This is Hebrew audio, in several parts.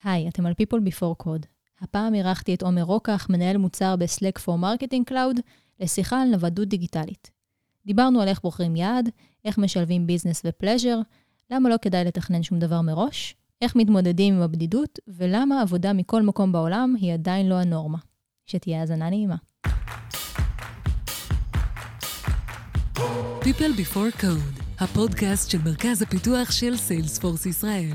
היי, אתם על People Before Code. הפעם אירחתי את עומר רוקח, מנהל מוצר ב-Slack for Marketing Cloud, לשיחה על נוודות דיגיטלית. דיברנו על איך בוחרים יעד, איך משלבים ביזנס ופלז'ר, למה לא כדאי לתכנן שום דבר מראש, איך מתמודדים עם הבדידות, ולמה עבודה מכל מקום בעולם היא עדיין לא הנורמה. שתהיה האזנה נעימה. People Before Code, הפודקאסט של מרכז הפיתוח של סיילספורס ישראל.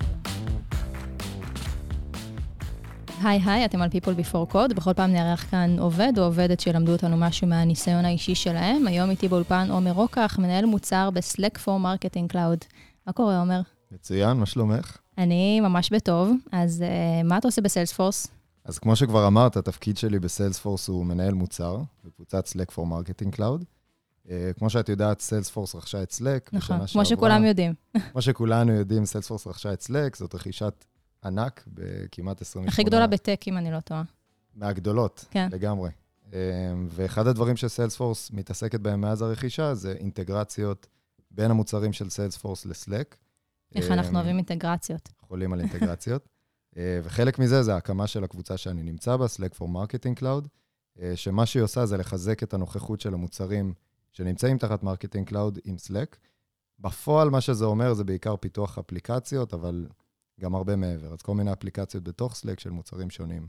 היי, אתם על People Before Code. בכל פעם נארח כאן עובד או עובדת שלמדו אותנו משהו מהניסיון האישי שלהם. היום איתי באולפן עומר רוקח, מנהל מוצר ב-Slack for Marketing Cloud. מה קורה, עומר? מצוין, מה שלומך? אני ממש בטוב. אז מה אתה עושה בסיילספורס? אז כמו שכבר אמרת, התפקיד שלי בסיילספורס הוא מנהל מוצר, בקבוצת Slack for Marketing Cloud. כמו שאת יודעת, סיילספורס רכשה את Slack. נכון, כמו שכולם יודעים. כמו שכולנו יודעים, סיילספורס רכשה את Slack, זאת רכישת ענק בכמעט 28. הכי גדולה בטק, אם אני לא טועה. מהגדולות, כן. לגמרי. ואחד הדברים שסיילספורס מתעסקת בהם מאז הרכישה, זה אינטגרציות בין המוצרים של סיילספורס לסלק. איך אנחנו אוהבים אינטגרציות. חולים על אינטגרציות. וחלק מזה זה ההקמה של הקבוצה שאני נמצא בה, Slack for Marketing Cloud, שמה שהיא עושה זה לחזק את הנוכחות של המוצרים שנמצאים תחת Marketing Cloud עם Slack. בפועל מה שזה אומר זה בעיקר פיתוח אפליקציות, אבל גם הרבה מעבר. אז כל מיני אפליקציות בתוך Slack של מוצרים שונים.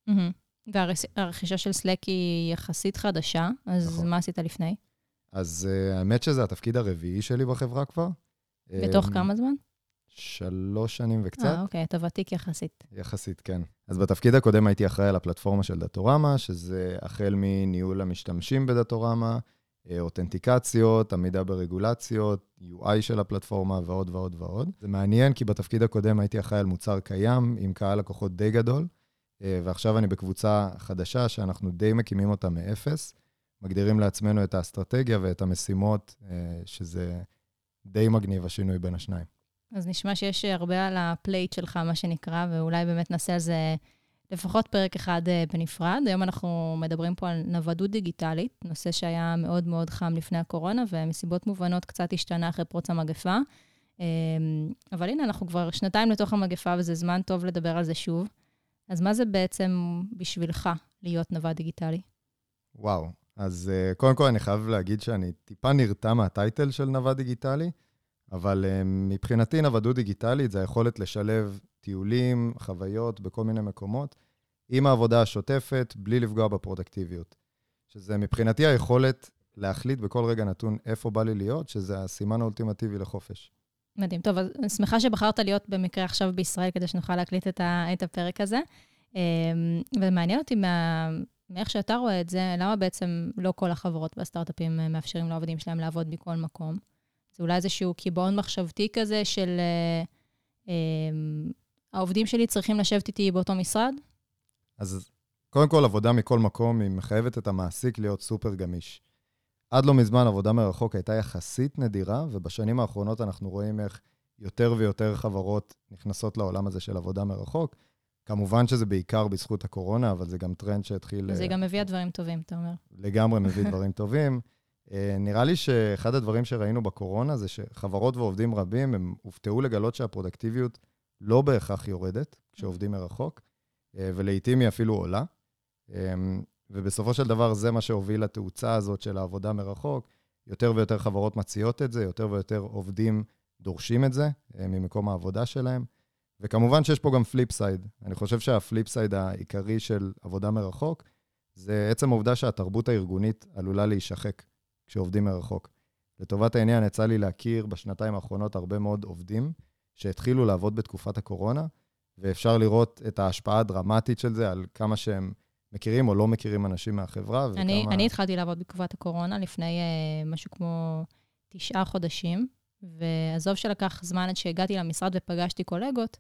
והרכישה של Slack היא יחסית חדשה, אז מה עשית לפני? אז האמת שזה התפקיד הרביעי שלי בחברה כבר. בתוך כמה זמן? 3 שנים וקצת. אוקיי, אתה ותיק יחסית. יחסית, כן. אז בתפקיד הקודם הייתי אחראי על הפלטפורמה של דאטורמה, שזה החל מניהול המשתמשים בדאטורמה, אותנטיקציות, עמידה ברגולציות, UI של הפלטפורמה ועוד ועוד ועוד. זה מעניין כי בתפקיד הקודם הייתי אחראי על מוצר קיים עם קהל לקוחות די גדול, ועכשיו אני בקבוצה חדשה שאנחנו די מקימים אותה מאפס, מגדירים לעצמנו את האסטרטגיה ואת המשימות, שזה די מגניב השינוי בין השניים. אז נשמע שיש הרבה על הפלייט שלך, מה שנקרא, ואולי באמת נעשה על זה לפחות פרק אחד בנפרד. היום אנחנו מדברים פה על נוודות דיגיטלית, נושא שהיה מאוד מאוד חם לפני הקורונה, ומסיבות מובנות קצת השתנה אחרי פרוץ המגפה. אבל הנה, אנחנו כבר 2 לתוך המגפה, וזה זמן טוב לדבר על זה שוב. אז מה זה בעצם בשבילך להיות נווד דיגיטלי? וואו, אז קודם כל אני חייב להגיד שאני טיפה נרתע מהטייטל של נווד דיגיטלי, אבל מבחינתי נוודות דיגיטלית זה היכולת לשלב טיולים, חוויות בכל מיני מקומות, עם העבודה השוטפת, בלי לפגוע בפרודקטיביות. שזה מבחינתי היכולת להחליט בכל רגע נתון איפה בא לי להיות, שזה הסימן האולטימטיבי לחופש. מדהים. טוב, אז אני שמחה שבחרת להיות במקרה עכשיו בישראל, כדי שנוכל להקליט את הפרק הזה. ומעניין אותי מאיך שאתה רואה את זה, למה בעצם לא כל החברות והסטארט-אפים מאפשרים לעובדים שלהם לעבוד בכל מקום? זה אולי איזשהו קיבעון מחשבתי כזה של העובדים שלי צריכים לשבת איתי באותו משרד? אז קודם כל, עבודה מכל מקום היא מחייבת את המעסיק להיות סופר גמיש. עד לא מזמן עבודה מרחוק הייתה יחסית נדירה, ובשנים האחרונות אנחנו רואים איך יותר ויותר חברות נכנסות לעולם הזה של עבודה מרחוק. כמובן שזה בעיקר בזכות הקורונה, אבל זה גם טרנד שהתחיל... זה גם מביא דברים טובים, אתה אומר. לגמרי מביא דברים טובים. נראה לי שאחד הדברים שראינו בקורונה זה שחברות ועובדים רבים הם הופתעו לגלות שהפרודקטיביות לא בהכרח יורדת כשעובדים מרחוק, ולעיתים היא אפילו עולה. ובסופו של דבר זה מה שהוביל לתאוצה הזאת של העבודה מרחוק. יותר ויותר חברות מציעות את זה, יותר ויותר עובדים דורשים את זה ממקום העבודה שלהם. וכמובן שיש פה גם פליפ סייד. אני חושב שהפליפ סייד העיקרי של עבודה מרחוק, זה עצם העובדה שהתרבות הארגונית עלולה להישחק כשעובדים מרחוק. לטובת העניין יצא לי להכיר בשנתיים האחרונות הרבה מאוד עובדים שהתחילו לעבוד בתקופת הקורונה, ואפשר לראות את ההשפעה הדרמטית של זה על כמה שהם מכירים או לא מכירים אנשים מהחברה. אני התחלתי לעבוד בתקופת הקורונה לפני משהו כמו 9 חודשים, ועזוב שלקח זמן עד שהגעתי למשרד ופגשתי קולגות,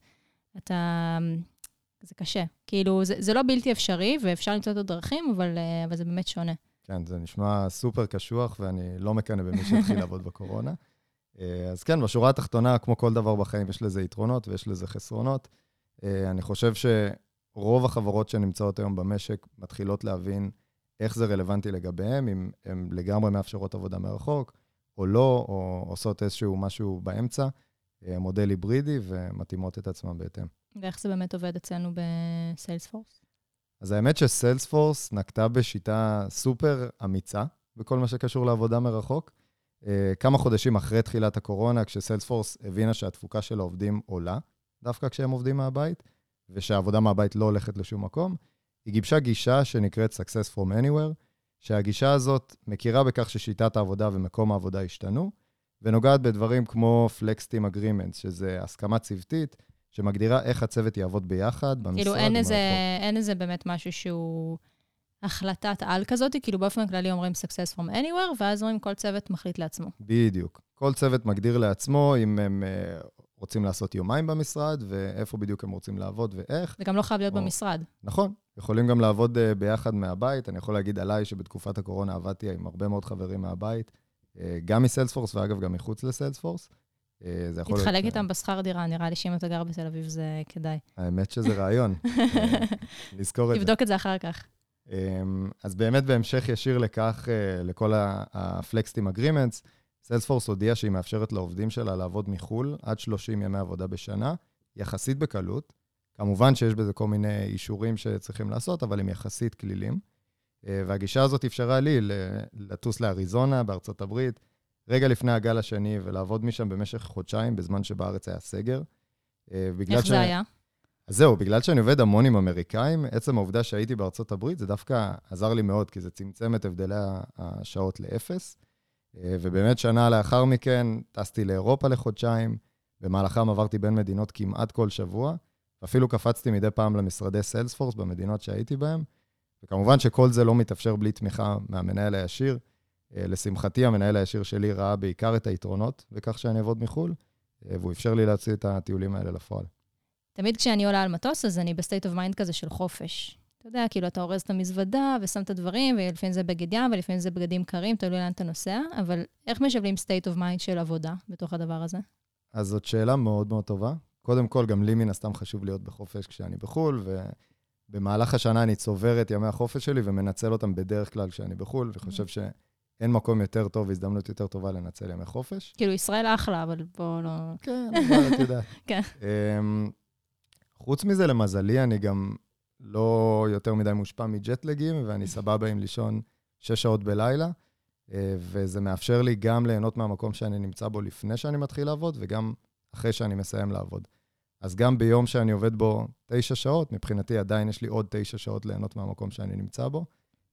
זה קשה. כאילו, זה לא בלתי אפשרי, ואפשר למצוא את הדרכים, אבל זה באמת שונה. כן, זה נשמע סופר קשוח, ואני לא מקנא במי שהתחיל לעבוד בקורונה. אז כן, בשורה התחתונה, כמו כל דבר בחיים, יש לזה יתרונות ויש לזה חסרונות. אני חושב שרוב החברות שנמצאות היום במשק מתחילות להבין איך זה רלוונטי לגביהם, אם הם לגמרי מאפשרות עבודה מרחוק, או לא, או עושות איזשהו משהו באמצע, מודל היברידי, ומתאימות את עצמם בהתאם. ואיך זה באמת עובד אצלנו בסיילספורס? אז האמת שסיילספורס נקטה בשיטה סופר אמיצה, בכל מה שקשור לעבודה מרחוק. כמה חודשים אחרי תחילת הקורונה, כשסיילספורס הבינה שהתפוקה של העובדים עולה, דווקא כשהם עובדים מהבית, ושהעבודה מהבית לא הולכת לשום מקום, היא גיבשה גישה שנקראת Success From Anywhere, שהגישה הזאת מכירה בכך ששיטת העבודה ומקום העבודה השתנו, ונוגעת בדברים כמו Flex Team Agreements, שזה הסכמה צוותית, שמגדירה איך הצוות יעבוד ביחד, במשרד. כאילו אין איזה באמת משהו שהוא החלטת על כזאת, כאילו באופן כללי אומרים Success From Anywhere, ואז אומרים כל צוות מחליט לעצמו. בדיוק. כל צוות מגדיר לעצמו אם הם רוצים לעשות יומיים במשרד, ואיפה בדיוק הם רוצים לעבוד ואיך. זה גם לא חייב להיות במשרד. נכון. יכולים גם לעבוד ביחד מהבית. אני יכול להגיד עליי שבתקופת הקורונה עבדתי עם הרבה מאוד חברים מהבית, גם מסיילספורס, ואגב גם מחוץ לסיילספורס. תתחלק איתם בשכר דירה, נראה לי שאם אתה גר בתל אביב זה כדאי. האמת שזה רעיון. לזכור את זה. תבדוק את זה אחר כך. אז באמת בהמשך ישיר לכך, לכל ה-Flex Team Agreements, סיילספורס הודיעה שהיא מאפשרת לעובדים שלה לעבוד מחול עד 30 ימי עבודה בשנה, יחסית בקלות. כמובן שיש בזה כל מיני אישורים שצריכים לעשות, אבל הם יחסית כלילים. והגישה הזאת אפשרה לי לטוס לאריזונה בארצות הברית, רגע לפני הגל השני, ולעבוד משם במשך חודשיים, בזמן שבארץ היה סגר. איך זה היה? אז זהו, בגלל שאני עובד המון עם אמריקאים, עצם העובדה שהייתי בארצות הברית, זה דווקא עזר לי מאוד, כי זה צמצם את הבדלי השעות לאפס. ובאמת שנה לאחר מכן, טסתי לאירופה לחודשיים, במהלכם עברתי בין מדינות כמעט כל שבוע, ואפילו קפצתי מדי פעם למשרדי סיילספורס במדינות שהייתי בהם, וכמובן שכל זה לא מתאפשר בלי תמיכה מהמנהל הישיר. לשמחתי, המנהל הישיר שלי ראה בעיקר את היתרונות, וכך שאני אעבוד מחול, והוא אפשר לי להוציא את הטיולים האלה לפועל. תמיד כשאני עולה על מטוס, אז אני בסטייט אוף מיינד כזה של חופש. אתה יודע, כאילו, אתה אורז את המזוודה ושם את הדברים, ולפעמים זה בגד ים, ולפעמים זה בגדים קרים, תלוי לאן אתה נוסע, אבל איך משבלים סטייט אוף מיינד של עבודה בתוך הדבר הזה? אז זאת שאלה מאוד מאוד טובה. קודם כל, גם לי מן הסתם חשוב להיות בחופש כשאני בחול, ובמהלך השנה אני צובר את ימי החופש שלי, ומנצל אותם בדרך כלל כשאני בחול, וחושב שאין מקום יותר טוב, והזדמנות יותר טובה לנצל ימי חופש. כאילו, ישראל אחלה, אבל בוא לא... כן, אבל את יודעת. כן. חוץ מזה, למזלי, אני גם לא יותר מדי מושפע מג'טלגים, ואני סבבה עם לישון 6 שעות בלילה, וזה מאפשר לי גם ליהנות מהמקום שאני נמצא בו לפני שאני מתחיל לעבוד, וגם אחרי שאני מסיים לעבוד. אז גם ביום שאני עובד בו 9 שעות, מבחינתי עדיין יש לי עוד 9 שעות ליהנות מהמקום שאני נמצא בו.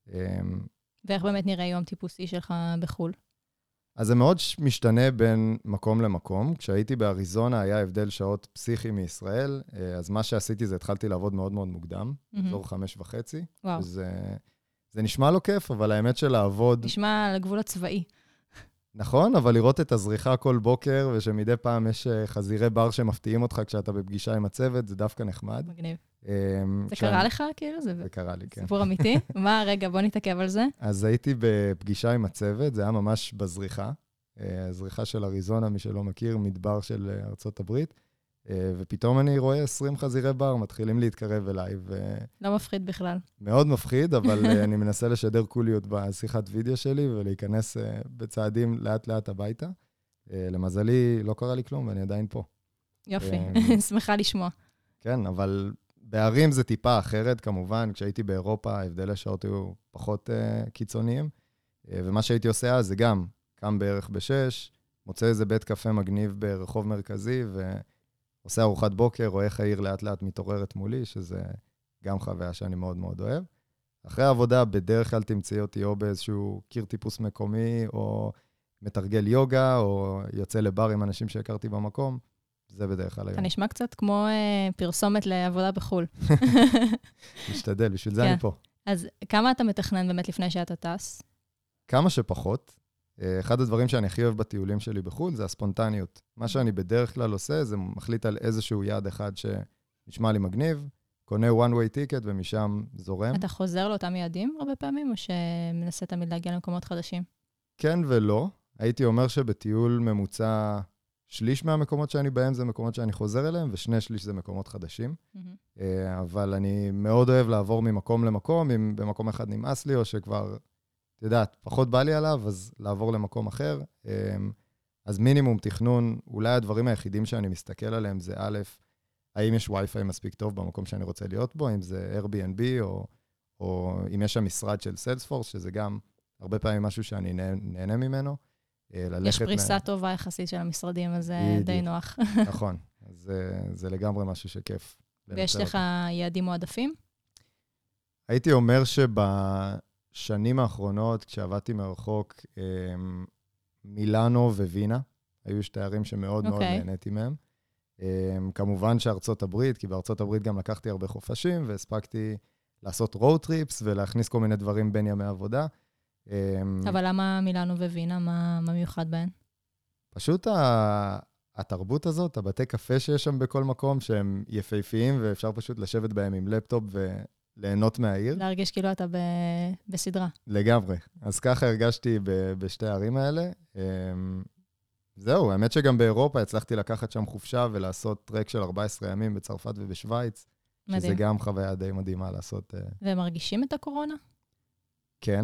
ואיך באמת נראה יום טיפוסי שלך בחול? אז זה מאוד משתנה בין מקום למקום. כשהייתי באריזונה היה הבדל שעות פסיכי מישראל, אז מה שעשיתי זה התחלתי לעבוד מאוד מאוד מוקדם, בתור 5:30. וואו. זה נשמע לא כיף, אבל האמת של לעבוד... נשמע על הגבול הצבאי. נכון, אבל לראות את הזריחה כל בוקר, ושמדי פעם יש חזירי בר שמפתיעים אותך כשאתה בפגישה עם הצוות, זה דווקא נחמד. מגניב. זה קרה לך כאילו? זה קרה לי, כן. סיפור אמיתי? מה, רגע, בוא נתעכב על זה. אז הייתי בפגישה עם הצוות, זה היה ממש בזריחה. זריחה של אריזונה, מי שלא מכיר, מדבר של ארצות הברית. ופתאום אני רואה 20 חזירי בר, מתחילים להתקרב אליי. לא מפחיד בכלל. מאוד מפחיד, אבל אני מנסה לשדר קוליות בשיחת וידאו שלי, ולהיכנס בצעדים לאט לאט הביתה. למזלי, לא קרה לי כלום, ואני עדיין פה. יופי, שמחה לשמוע. כן, אבל בערים זה טיפה אחרת, כמובן. כשהייתי באירופה, ההבדלי השעות היו פחות קיצוניים. ומה שהייתי עושה אז זה גם, קם בערך ב-6, מוצא איזה בית קפה מגניב ברחוב מרכזי, ועושה ארוחת בוקר, רואה איך העיר לאט לאט מתעוררת מולי, שזה גם חוויה שאני מאוד מאוד אוהב. אחרי העבודה, בדרך כלל תמצאי אותי או באיזשהו קיר טיפוס מקומי, או מתרגל יוגה, או יוצא לבר עם אנשים שהכרתי במקום. זה בדרך כלל היום. אתה נשמע קצת כמו פרסומת לעבודה בחול. משתדל, בשביל זה אני פה. אז כמה אתה מתכנן באמת לפני שאתה טס? כמה שפחות. אחד הדברים שאני הכי אוהב בטיולים שלי בחו"ל זה הספונטניות. מה שאני בדרך כלל עושה זה מחליט על איזשהו יעד אחד שנשמע לי מגניב, קונה one way ticket ומשם זורם. אתה חוזר לאותם יעדים הרבה פעמים או שמנסה תמיד להגיע למקומות חדשים? כן ולא. הייתי אומר שבטיול ממוצע שליש מהמקומות שאני בהם זה מקומות שאני חוזר אליהם, ושני שליש זה מקומות חדשים. אבל אני מאוד אוהב לעבור ממקום למקום, אם במקום אחד נמאס לי או שכבר... את יודעת, פחות בא לי עליו, אז לעבור למקום אחר. אז מינימום תכנון, אולי הדברים היחידים שאני מסתכל עליהם זה א', האם יש וי-פיי מספיק טוב במקום שאני רוצה להיות בו, אם זה Airbnb או אם יש שם משרד של Salesforce, שזה גם הרבה פעמים משהו שאני נהנה ממנו. יש פריסה טובה יחסית של המשרדים, אז זה די נוח. נכון, אז זה לגמרי משהו שכיף. ויש לך יעדים מועדפים? הייתי אומר שבשנים האחרונות, כשעבדתי מרחוק, מילאנו ווינה, היו שתי ערים שמאוד מאוד נהניתי מהם. כמובן שארצות הברית, כי בארצות הברית גם לקחתי הרבה חופשים, והספקתי לעשות road trips ולהכניס כל מיני דברים בין ימי עבודה. אבל למה מילאנו ווינה? מה מיוחד בהן? פשוט התרבות הזאת, הבתי קפה שיש שם בכל מקום, שהם יפהפיים, ואפשר פשוט לשבת בהם עם לפטופ וליהנות מהעיר. להרגיש כאילו אתה בסדרה. לגמרי. אז ככה הרגשתי בשתי הערים האלה. זהו, האמת שגם באירופה הצלחתי לקחת שם חופשה ולעשות טרק של 14 ימים בצרפת ובשוויץ, מדהים. שזה גם חוויה די מדהימה לעשות. והם מרגישים את הקורונה? כן.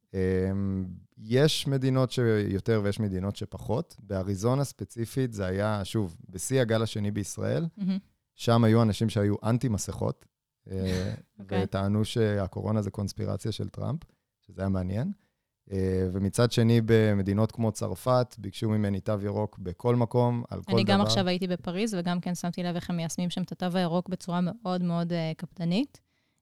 יש מדינות שיותר ויש מדינות שפחות. באריזונה ספציפית זה היה, שוב, בשיא הגל השני בישראל, שם היו אנשים שהיו אנטי מסכות, וטענו שהקורונה זה קונספירציה של טראמפ, שזה היה מעניין. ומצד שני, במדינות כמו צרפת, ביקשו ממני תו ירוק בכל מקום, על כל דבר. אני גם עכשיו הייתי בפריז, וגם כן שמתי לב איך הם מיישמים שם את התו הירוק בצורה מאוד מאוד קפדנית.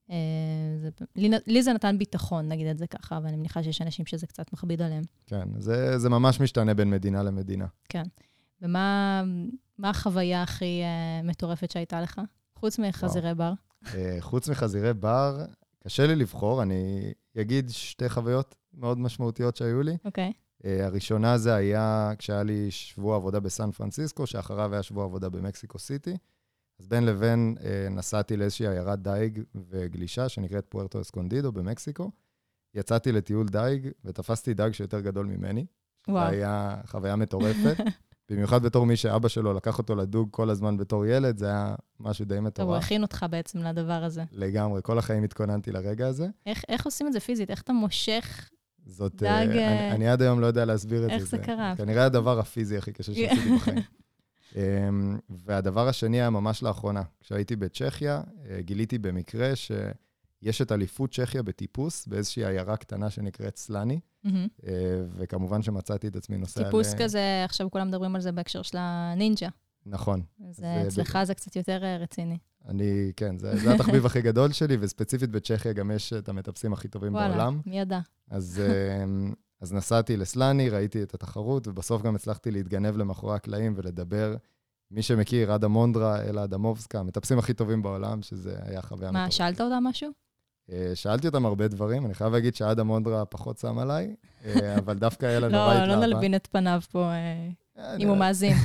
לי זה נתן ביטחון, נגיד את זה ככה, ואני מניחה שיש אנשים שזה קצת מכביד עליהם. כן, זה ממש משתנה בין מדינה למדינה. כן. ומה החוויה הכי מטורפת שהייתה לך? חוץ מחזירי בר? חוץ מחזירי בר, קשה לי לבחור, אני אגיד שתי חוויות מאוד משמעותיות שהיו לי. אוקיי. הראשונה זה היה כשהיה לי שבוע עבודה בסן פרנסיסקו, שאחריו היה שבוע עבודה במקסיקו סיטי. אז בין לבין נסעתי לאיזושהי עיירת דייג וגלישה, שנקראת פוארטו אסקונדידו במקסיקו. יצאתי לטיול דייג ותפסתי דג שיותר גדול ממני. וואו. זה היה חוויה מטורפת. במיוחד בתור מי שאבא שלו לקח אותו לדוג כל הזמן בתור ילד, זה היה משהו די מטורף. הוא הכין אותך בעצם לדבר הזה. לגמרי, כל החיים התכוננתי לרגע הזה. איך עושים את זה פיזית? איך אתה מושך זאת, דג... אני עד היום לא יודע להסביר את זה. איך זה קרה? כנראה הדבר הפיזי הכי קשה שעשיתי בחיים. והדבר השני היה ממש לאחרונה. כשהייתי בצ'כיה, גיליתי במקרה שיש את אליפות צ'כיה בטיפוס, באיזושהי עיירה קטנה שנקראת סלני, וכמובן שמצאתי את עצמי נוסע... טיפוס כזה, עכשיו כולם מדברים על זה בהקשר של הנינג'ה. נכון. אז אצלך זה קצת יותר רציני. כן, זה התחביב הכי גדול שלי, וספציפית בצ'כיה גם יש את המטפסים הכי טובים בעולם. וואלה, מי ידע. אז נסעתי לסלני, ראיתי את התחרות, ובסוף גם הצלחתי להתגנב למאחורי הקלעים ולדבר. מי שמכיר, עדה מונדרה, אלה אדמובסקה, המטפסים הכי טובים בעולם, שזה היה חוויה מטורפת. מה, שאלת אותם משהו? שאלתי אותם הרבה דברים, אני חייב להגיד שעדה מונדרה פחות שם עליי, אבל דווקא אלה נורא התלהבה. לא נלבין את פניו פה, אם הוא מאזין.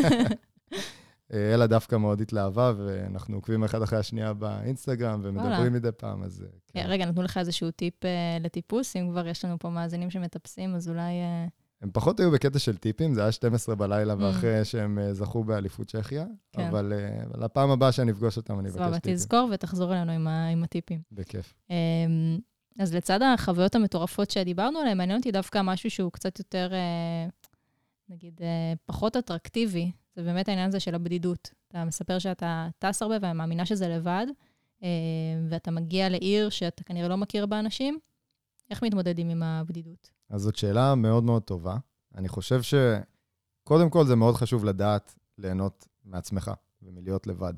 אלה דווקא מאוד התלהבה, ואנחנו עוקבים אחד אחרי השנייה באינסטגרם, ומדברים מדי פעם, אז... רגע, נתנו לך איזשהו טיפ לטיפוס, אם כבר יש לנו פה מאזינים שמטפסים, אז אולי... הם פחות היו בקטע של טיפים, זה היה 12 בלילה, ואחרי שהם זכו באליפות צ'כיה, אבל לפעם הבאה שאני אפגוש אותם, אני אבקש טיפים. תזכור ותחזור אלינו עם הטיפים. בכיף. אז לצד החוויות המטורפות שדיברנו עליהן, מעניין אותי דווקא משהו שהוא קצת יותר, נגיד, פחות אטרקטיבי, זה באמת העניין הזה של הבדידות. אתה מספר שאתה טס הרבה, ואני מאמינה שזה לבד, ואתה מגיע לעיר שאתה כנראה לא מכיר באנשים. איך מתמודדים עם הבדידות? אז זאת שאלה מאוד מאוד טובה. אני חושב שקודם כל זה מאוד חשוב לדעת ליהנות מעצמך ומלהיות לבד.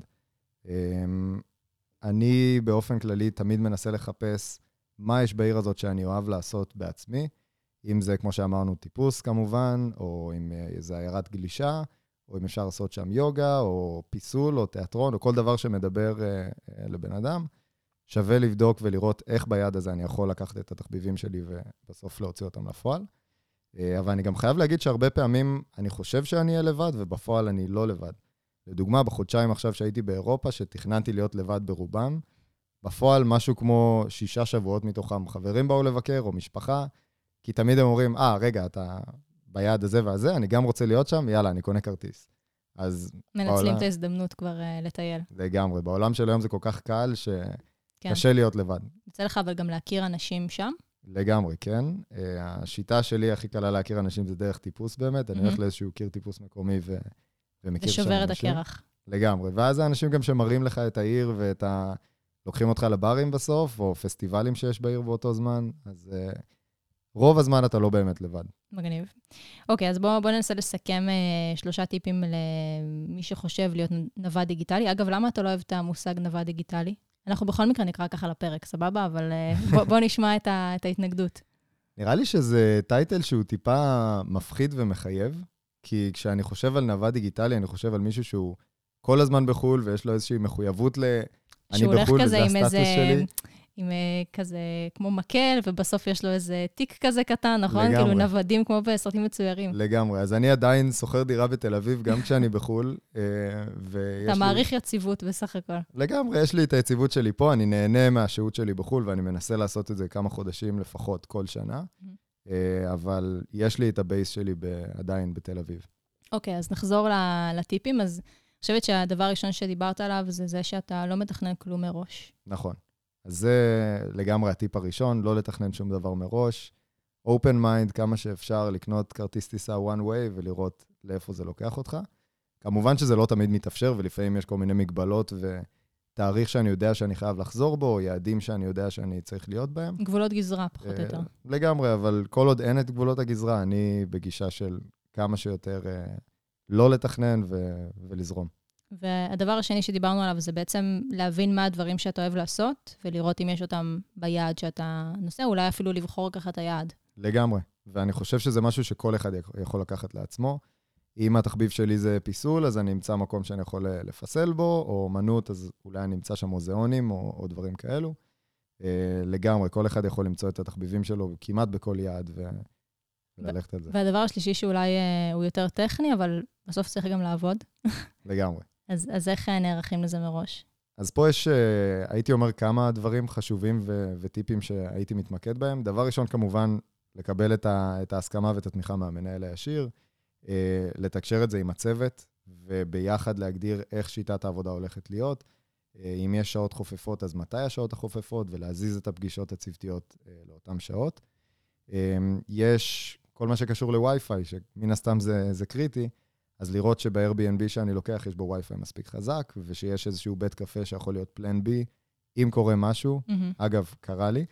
אני באופן כללי תמיד מנסה לחפש מה יש בעיר הזאת שאני אוהב לעשות בעצמי, אם זה כמו שאמרנו טיפוס כמובן, או אם זה עיירת גלישה, או אם אפשר לעשות שם יוגה, או פיסול, או תיאטרון, או כל דבר שמדבר לבן אדם. שווה לבדוק ולראות איך ביד הזה אני יכול לקחת את התחביבים שלי ובסוף להוציא אותם לפועל. אבל אני גם חייב להגיד שהרבה פעמים אני חושב שאני אהיה לבד, ובפועל אני לא לבד. לדוגמה, בחודשיים עכשיו שהייתי באירופה, שתכננתי להיות לבד ברובם, בפועל משהו כמו 6 שבועות מתוכם חברים באו לבקר או משפחה, כי תמיד הם אומרים, רגע, אתה ביד הזה והזה, אני גם רוצה להיות שם, יאללה, אני קונה כרטיס. אז מנצלים את ההזדמנות כבר לטייל. לגמרי, בעולם של היום זה כל כך קל קשה להיות לבד. יוצא לך אבל גם להכיר אנשים שם? לגמרי, כן. השיטה שלי הכי קלה להכיר אנשים זה דרך טיפוס באמת. אני הולך לאיזשהו קיר טיפוס מקומי ומכיר שם אנשים. ושובר את הקרח. לגמרי. ואז האנשים גם שמראים לך את העיר לוקחים אותך לברים בסוף, או פסטיבלים שיש בעיר באותו זמן, אז רוב הזמן אתה לא באמת לבד. מגניב. אוקיי, אז בוא ננסה לסכם 3 טיפים למי שחושב להיות נווד דיגיטלי. אגב, למה אתה לא אוהב את המושג נווד דיגיטלי? אנחנו בכל מקרה נקרא ככה לפרק, סבבה? אבל בוא נשמע את ההתנגדות. נראה לי שזה טייטל שהוא טיפה מפחיד ומחייב, כי כשאני חושב על נווד דיגיטלי, אני חושב על מישהו שהוא כל הזמן בחול, ויש לו איזושהי מחויבות אני בחול, וזה הסטטוס שלי. עם כזה כמו מקל, ובסוף יש לו איזה תיק כזה קטן, נכון? לגמרי. כאילו נוודים כמו בסרטים מצוירים. לגמרי. אז אני עדיין שוכר דירה בתל אביב, גם כשאני בחול. אתה מעריך יציבות בסך הכל. לגמרי, יש לי את היציבות שלי פה, אני נהנה מהשהות שלי בחול, ואני מנסה לעשות את זה כמה חודשים לפחות כל שנה, אבל יש לי את הבייס שלי עדיין בתל אביב. אוקיי, אז נחזור לטיפים. אז אני חושבת שהדבר הראשון שדיברת עליו, זה שאתה לא מתכנן כלום מראש. נכון. אז זה לגמרי הטיפ הראשון, לא לתכנן שום דבר מראש. open mind, כמה שאפשר לקנות כרטיס טיסה one way ולראות לאיפה זה לוקח אותך. כמובן שזה לא תמיד מתאפשר, ולפעמים יש כל מיני מגבלות ותאריך שאני יודע שאני חייב לחזור בו, או יעדים שאני יודע שאני צריך להיות בהם. גבולות גזרה, פחות או יותר. לגמרי, אבל כל עוד אין את גבולות הגזרה, אני בגישה של כמה שיותר לא לתכנן ולזרום. והדבר השני שדיברנו עליו זה בעצם להבין מה הדברים שאתה אוהב לעשות, ולראות אם יש אותם ביעד שאתה נושא, אולי אפילו לבחור ככה את היעד. לגמרי, ואני חושב שזה משהו שכל אחד יכול לקחת לעצמו. אם התחביב שלי זה פיסול, אז אני אמצא מקום שאני יכול לפסל בו, או אומנות, אז אולי אני אמצא שם מוזיאונים או דברים כאלו. לגמרי, כל אחד יכול למצוא את התחביבים שלו כמעט בכל יעד וללכת על זה. והדבר השלישי שאולי הוא יותר טכני, אבל בסוף צריך גם לעבוד. לגמרי. אז איך נערכים לזה מראש? אז פה יש, הייתי אומר, כמה דברים חשובים וטיפים שהייתי מתמקד בהם. דבר ראשון, כמובן, לקבל את ההסכמה ואת התמיכה מהמנהל הישיר, לתקשר את זה עם הצוות, וביחד להגדיר איך שיטת העבודה הולכת להיות. אם יש שעות חופפות, אז מתי השעות החופפות, ולהזיז את הפגישות הצוותיות לאותן שעות. יש כל מה שקשור לווי-פיי, שמן הסתם זה קריטי, אז לראות שב-Airbnb שאני לוקח, יש בו וי-פיי מספיק חזק, ושיש איזשהו בית קפה שיכול להיות פלן בי, אם קורה משהו, אגב, קרה לי.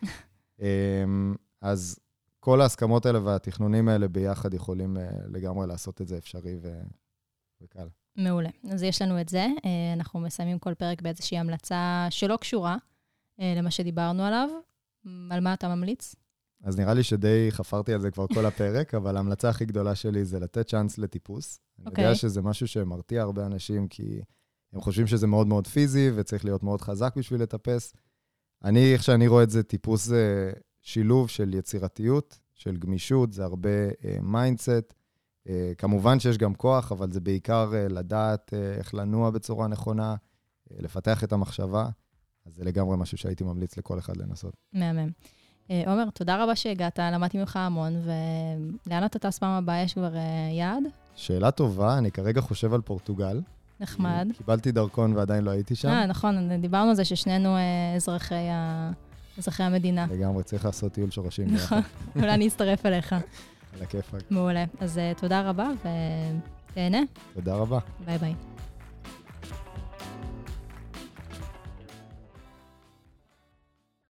אז כל ההסכמות האלה והתכנונים האלה ביחד יכולים לגמרי לעשות את זה אפשרי וקל. מעולה. אז יש לנו את זה. אנחנו מסיימים כל פרק באיזושהי המלצה שלא קשורה למה שדיברנו עליו. על מה אתה ממליץ? אז נראה לי שדי חפרתי על זה כבר כל הפרק, אבל ההמלצה הכי גדולה שלי זה לתת צ'אנס לטיפוס. אני יודע שזה משהו שמרתיע הרבה אנשים, כי הם חושבים שזה מאוד מאוד פיזי, וצריך להיות מאוד חזק בשביל לטפס. איך שאני רואה את זה, טיפוס זה שילוב של יצירתיות, של גמישות, זה הרבה מיינדסט. כמובן שיש גם כוח, אבל זה בעיקר לדעת איך לנוע בצורה נכונה, לפתח את המחשבה. אז זה לגמרי משהו שהייתי ממליץ לכל אחד לנסות. מהמם. עומר, תודה רבה שהגעת, למדתי ממך המון, ולאן אתה טס פעם הבאה? יש כבר יעד? שאלה טובה, אני כרגע חושב על פורטוגל. נחמד. קיבלתי דרכון ועדיין לא הייתי שם. נכון, דיברנו על זה ששנינו אזרחי המדינה. לגמרי, צריך לעשות טיול שורשים. נכון, אולי אני אצטרף אליך. על הכיפק. מעולה. אז תודה רבה ותהנה. תודה רבה. ביי ביי.